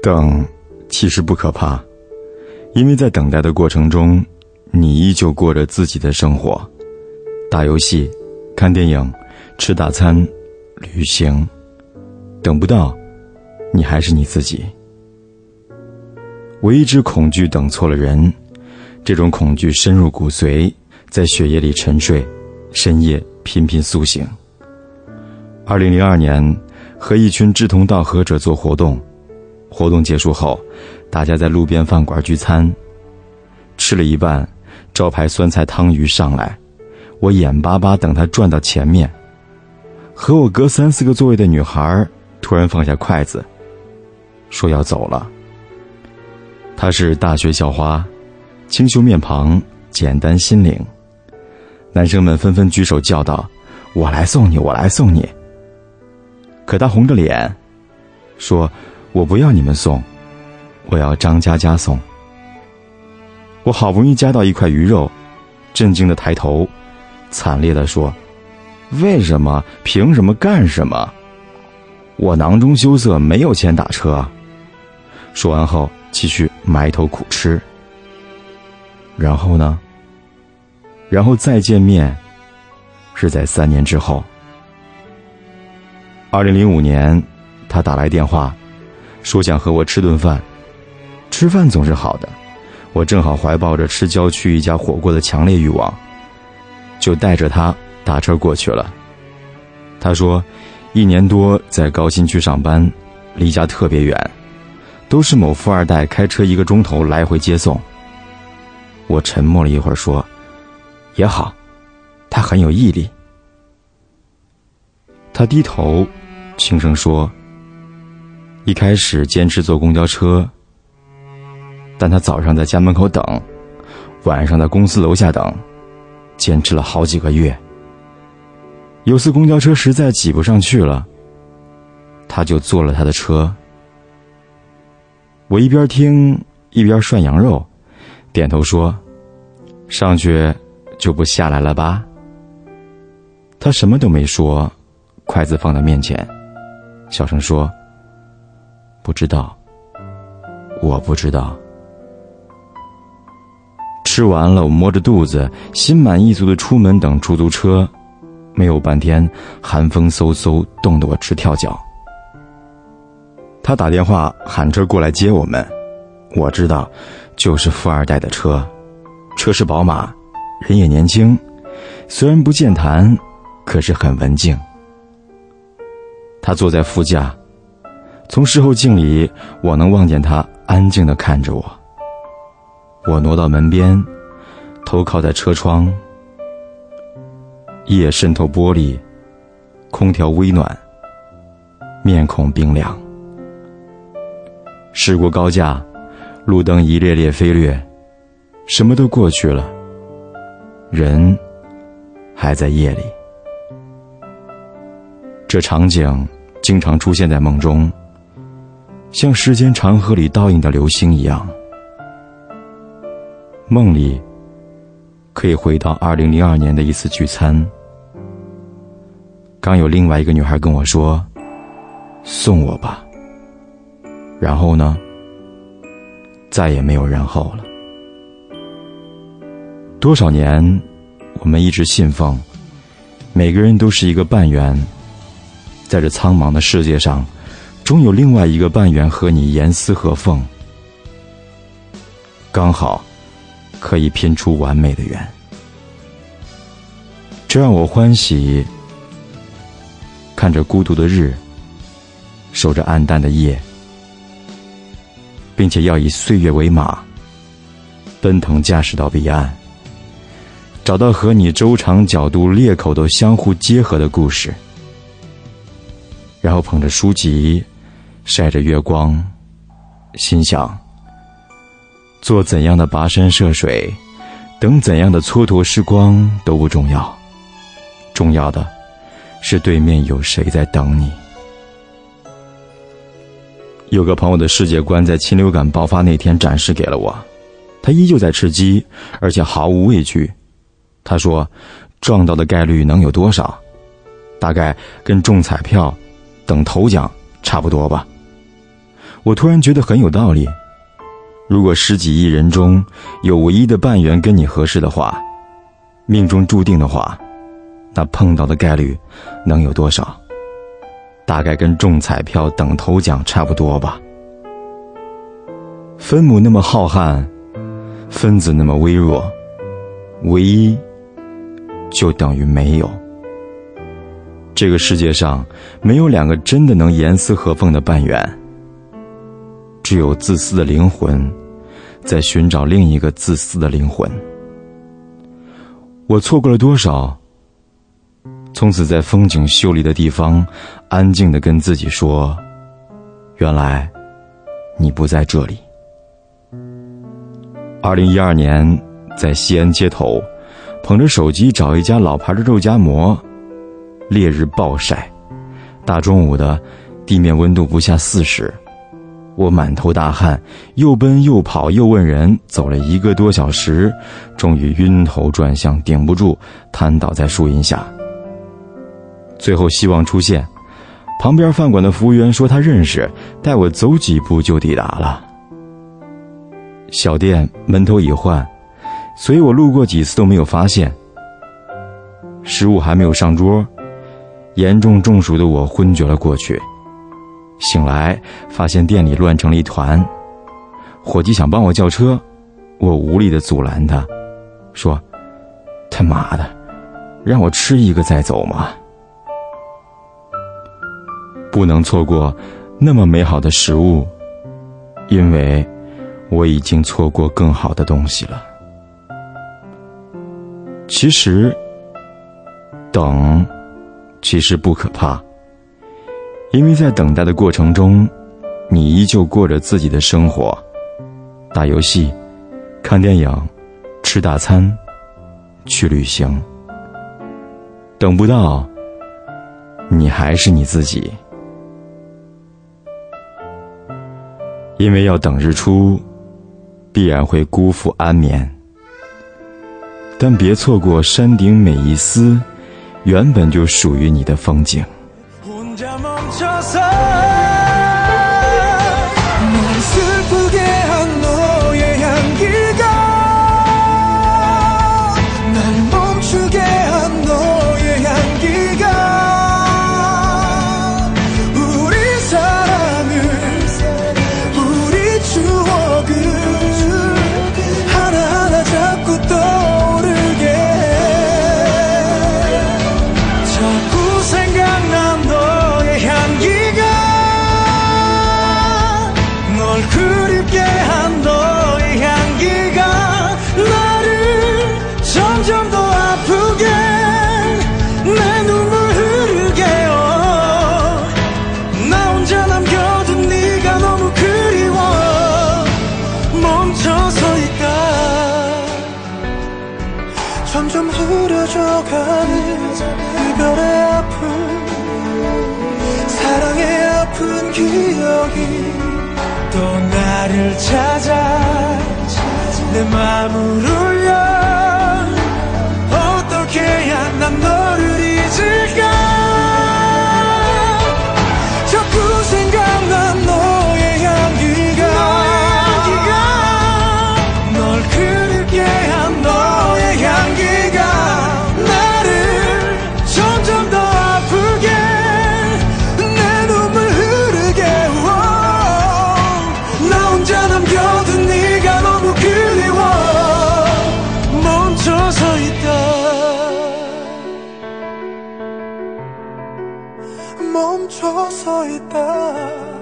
等其实不可怕，因为在等待的过程中，你依旧过着自己的生活，打游戏、看电影、吃大餐、旅行。等不到，你还是你自己。我一直恐惧等错了人，这种恐惧深入骨髓，在血液里沉睡，深夜频频苏醒。2002年，和一群志同道合者做活动，活动结束后，大家在路边饭馆聚餐，吃了一半，招牌酸菜汤鱼上来，我眼巴巴等它转到前面，和我隔3-4个座位的女孩突然放下筷子，说要走了。她是大学校花，清秀面庞，简单心灵。男生们纷纷举手叫道：“我来送你，我来送你。”可她红着脸说：“我不要你们送，我要张佳佳送。”我好不容易夹到一块鱼肉，震惊地抬头，惨烈地说：“为什么？凭什么？干什么？我囊中羞涩，没有钱打车。”说完后继续埋头苦吃。然后呢？然后再见面是在3年之后。2005年，他打来电话，说想和我吃顿饭。吃饭总是好的，我正好怀抱着吃郊区一家火锅的强烈欲望，就带着他打车过去了。他说1年多在高新区上班，离家特别远，都是某富二代开车1个钟头来回接送。我沉默了一会儿说：“也好，他很有毅力。”他低头轻声说：“一开始坚持坐公交车，但他早上在家门口等，晚上在公司楼下等，坚持了好几个月。有次公交车实在挤不上去了，他就坐了他的车。”我一边听一边涮羊肉，点头说：“上去就不下来了吧？”他什么都没说，筷子放在面前，小声说：“不知道，我不知道。”吃完了，我摸着肚子，心满意足地出门等出租车。没有半天，寒风嗖嗖，冻得我直跳脚。他打电话喊车过来接我们，我知道，就是富二代的车，车是宝马，人也年轻，虽然不健谈，可是很文静。他坐在副驾，从视后镜里，我能望见他安静地看着我。我挪到门边，头靠在车窗，夜渗透玻璃，空调微暖，面孔冰凉。驶过高架，路灯一列列飞掠，什么都过去了，人还在夜里。这场景经常出现在梦中，像时间长河里倒映的流星一样。梦里可以回到2002年的一次聚餐，刚有另外一个女孩跟我说：“送我吧。”然后呢，再也没有然后了。多少年，我们一直信奉，每个人都是一个半圆，在这苍茫的世界上，终有另外一个半圆和你严丝合缝，刚好可以拼出完美的圆。这让我欢喜，看着孤独的日，守着暗淡的夜，并且要以岁月为马，奔腾驾驶到彼岸，找到和你周长角度裂口都相互结合的故事，然后捧着书籍，晒着月光，心想做怎样的跋山涉水，等怎样的蹉跎时光都不重要，重要的是对面有谁在等你。有个朋友的世界观在禽流感爆发那天展示给了我，他依旧在吃鸡，而且毫无畏惧。他说撞到的概率能有多少？大概跟中彩票等头奖差不多吧。 我突然觉得很有道理。如果10几亿人中有唯一的半圆跟你合适的话，命中注定的话，那碰到的概率能有多少？大概跟中彩票等头奖差不多吧。分母那么浩瀚，分子那么微弱，唯一就等于没有。这个世界上没有2个真的能严丝合缝的半圆，只有自私的灵魂在寻找另一个自私的灵魂。我错过了多少？从此在风景秀丽的地方安静地跟自己说，原来你不在这里。2012年在西安街头，捧着手机找一家老牌的肉夹馍，烈日暴晒，大中午的，地面温度不下40，我满头大汗，又奔又跑又问人，走了1个多小时，终于晕头转向，顶不住，瘫倒在树荫下。最后希望出现，旁边饭馆的服务员说他认识，带我走几步就抵达了。小店门头已换，所以我路过几次都没有发现。食物还没有上桌，严重中暑的我昏厥了过去。醒来发现店里乱成了一团，伙计想帮我叫车，我无力地阻拦他，说他妈的，让我吃一个再走嘛。不能错过那么美好的食物，因为我已经错过更好的东西了。其实等其实不可怕，因为在等待的过程中，你依旧过着自己的生活，打游戏，看电影，吃大餐，去旅行。等不到，你还是你自己。因为要等日出，必然会辜负安眠，但别错过山顶每一丝原本就属于你的风景。 점점 흐려져가는 이별의 아픔, 사랑의 아픈 기억이 또 나를 찾아 내 마음을 울려. 어떻게 해야 난 너를 잊을까. 자꾸 생각난 너의 향기가 널 그립게 한 너의 향기가 나를 점점 더 아프게 내 눈물 흐르게. 나 혼자 남겨둔 네가 너무 그리워. 멈춰서 있다, 멈춰서 있다.